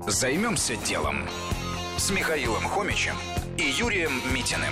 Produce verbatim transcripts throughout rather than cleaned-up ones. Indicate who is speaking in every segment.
Speaker 1: Займемся делом с Михаилом Хомичем и Юрием Митиным.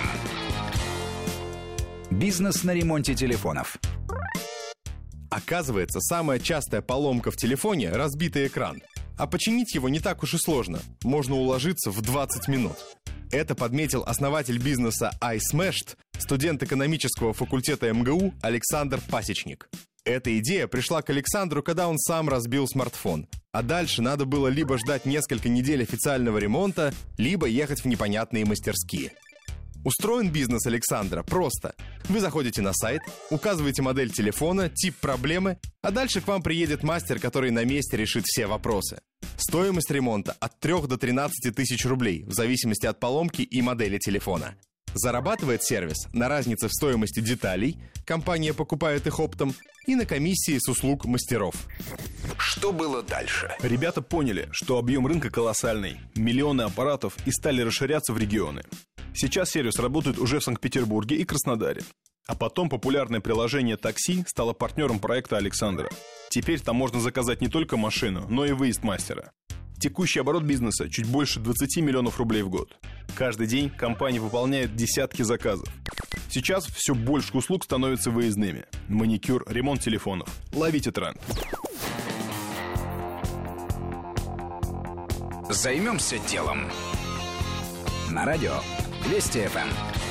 Speaker 1: Бизнес на ремонте телефонов.
Speaker 2: Оказывается, самая частая поломка в телефоне – разбитый экран. А починить его не так уж и сложно. Можно уложиться в двадцать минут. Это подметил основатель бизнеса iSmashed, студент экономического факультета эм гэ у Александр Пасечник. Эта идея пришла к Александру, когда он сам разбил смартфон. А дальше надо было либо ждать несколько недель официального ремонта, либо ехать в непонятные мастерские. Устроен бизнес Александра просто. Вы заходите на сайт, указываете модель телефона, тип проблемы, а дальше к вам приедет мастер, который на месте решит все вопросы. Стоимость ремонта от трёх до тринадцати тысяч рублей, в зависимости от поломки и модели телефона. Зарабатывает сервис на разнице в стоимости деталей, компания покупает их оптом, и на комиссии с услуг мастеров.
Speaker 1: Что было дальше?
Speaker 3: Ребята поняли, что объем рынка колоссальный, миллионы аппаратов, и стали расширяться в регионы. Сейчас сервис работает уже в Санкт-Петербурге и Краснодаре. А потом популярное приложение такси стало партнером проекта Александра. Теперь там можно заказать не только машину, но и выезд мастера. Текущий оборот бизнеса чуть больше двадцати миллионов рублей в год. Каждый день компания выполняет десятки заказов. Сейчас все больше услуг становятся выездными. Маникюр, ремонт телефонов. Ловите тренд.
Speaker 1: Займемся делом. На радио Вести эф эм.